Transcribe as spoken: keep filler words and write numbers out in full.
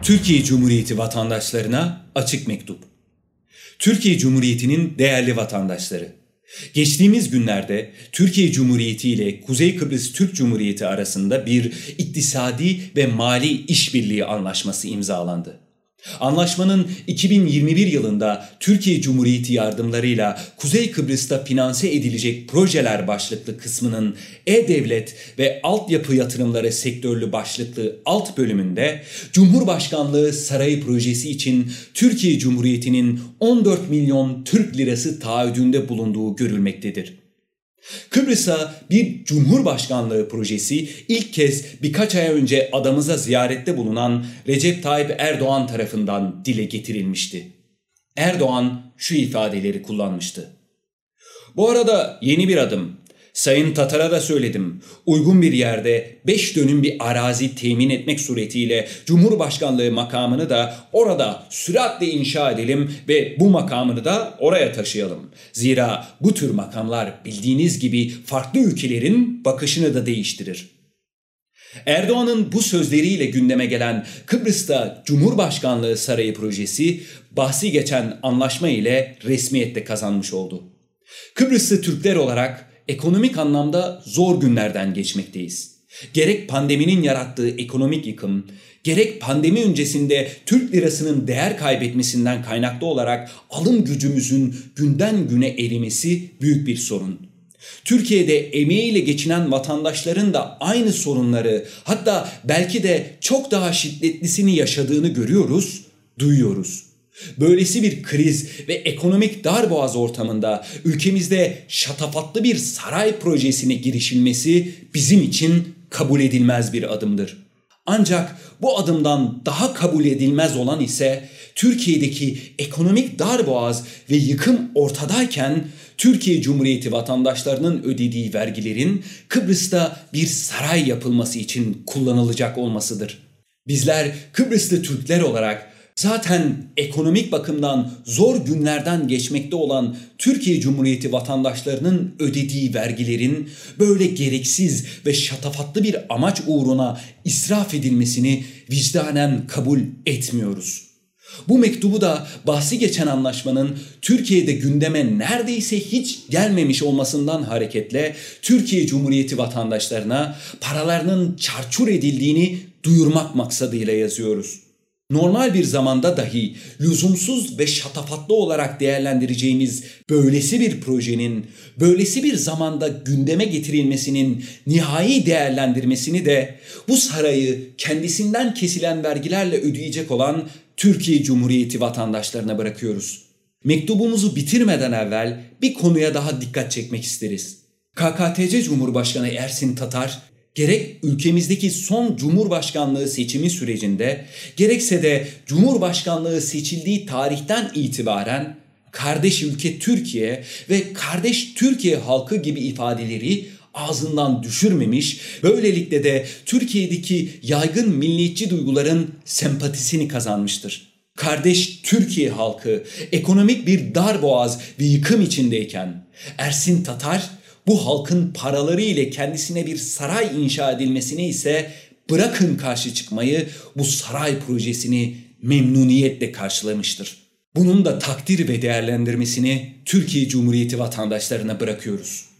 Türkiye Cumhuriyeti vatandaşlarına açık mektup. Türkiye Cumhuriyeti'nin değerli vatandaşları. Geçtiğimiz günlerde Türkiye Cumhuriyeti ile Kuzey Kıbrıs Türk Cumhuriyeti arasında bir iktisadi ve mali işbirliği anlaşması imzalandı. Anlaşmanın iki bin yirmi bir yılında Türkiye Cumhuriyeti yardımlarıyla Kuzey Kıbrıs'ta finanse edilecek projeler başlıklı kısmının E-Devlet ve Altyapı Yatırımları sektörlü başlıklı alt bölümünde Cumhurbaşkanlığı Sarayı projesi için Türkiye Cumhuriyeti'nin on dört milyon Türk lirası taahhüdünde bulunduğu görülmektedir. Kıbrıs'a bir Cumhurbaşkanlığı projesi ilk kez birkaç ay önce adamıza ziyarette bulunan Recep Tayyip Erdoğan tarafından dile getirilmişti. Erdoğan şu ifadeleri kullanmıştı. Bu arada yeni bir adım. Sayın Tatar'a da söyledim. Uygun bir yerde beş dönüm bir arazi temin etmek suretiyle Cumhurbaşkanlığı makamını da orada süratle inşa edelim ve bu makamını da oraya taşıyalım. Zira bu tür makamlar bildiğiniz gibi farklı ülkelerin bakışını da değiştirir. Erdoğan'ın bu sözleriyle gündeme gelen Kıbrıs'ta Cumhurbaşkanlığı Sarayı projesi bahsi geçen anlaşma ile resmiyette kazanmış oldu. Kıbrıslı Türkler olarak ekonomik anlamda zor günlerden geçmekteyiz. Gerek pandeminin yarattığı ekonomik yıkım, gerek pandemi öncesinde Türk lirasının değer kaybetmesinden kaynaklı olarak alım gücümüzün günden güne erimesi büyük bir sorun. Türkiye'de emeğiyle geçinen vatandaşların da aynı sorunları, hatta belki de çok daha şiddetlisini yaşadığını görüyoruz, duyuyoruz. Böylesi bir kriz ve ekonomik darboğaz ortamında ülkemizde şatafatlı bir saray projesine girişilmesi bizim için kabul edilmez bir adımdır. Ancak bu adımdan daha kabul edilmez olan ise Türkiye'deki ekonomik darboğaz ve yıkım ortadayken Türkiye Cumhuriyeti vatandaşlarının ödediği vergilerin Kıbrıs'ta bir saray yapılması için kullanılacak olmasıdır. Bizler Kıbrıslı Türkler olarak zaten ekonomik bakımdan zor günlerden geçmekte olan Türkiye Cumhuriyeti vatandaşlarının ödediği vergilerin böyle gereksiz ve şatafatlı bir amaç uğruna israf edilmesini vicdanen kabul etmiyoruz. Bu mektubu da bahsi geçen anlaşmanın Türkiye'de gündeme neredeyse hiç gelmemiş olmasından hareketle Türkiye Cumhuriyeti vatandaşlarına paralarının çarçur edildiğini duyurmak maksadıyla yazıyoruz. Normal bir zamanda dahi lüzumsuz ve şatafatlı olarak değerlendireceğimiz böylesi bir projenin, böylesi bir zamanda gündeme getirilmesinin nihai değerlendirmesini de bu sarayı kendisinden kesilen vergilerle ödeyecek olan Türkiye Cumhuriyeti vatandaşlarına bırakıyoruz. Mektubumuzu bitirmeden evvel bir konuya daha dikkat çekmek isteriz. K K T C Cumhurbaşkanı Ersin Tatar, gerek ülkemizdeki son Cumhurbaşkanlığı seçimi sürecinde, gerekse de Cumhurbaşkanlığı seçildiği tarihten itibaren kardeş ülke Türkiye ve kardeş Türkiye halkı gibi ifadeleri ağzından düşürmemiş, böylelikle de Türkiye'deki yaygın milliyetçi duyguların sempatisini kazanmıştır. Kardeş Türkiye halkı ekonomik bir darboğaz ve yıkım içindeyken Ersin Tatar bu halkın paraları ile kendisine bir saray inşa edilmesine ise bırakın karşı çıkmayı, bu saray projesini memnuniyetle karşılamıştır. Bunun da takdir ve değerlendirmesini Türkiye Cumhuriyeti vatandaşlarına bırakıyoruz.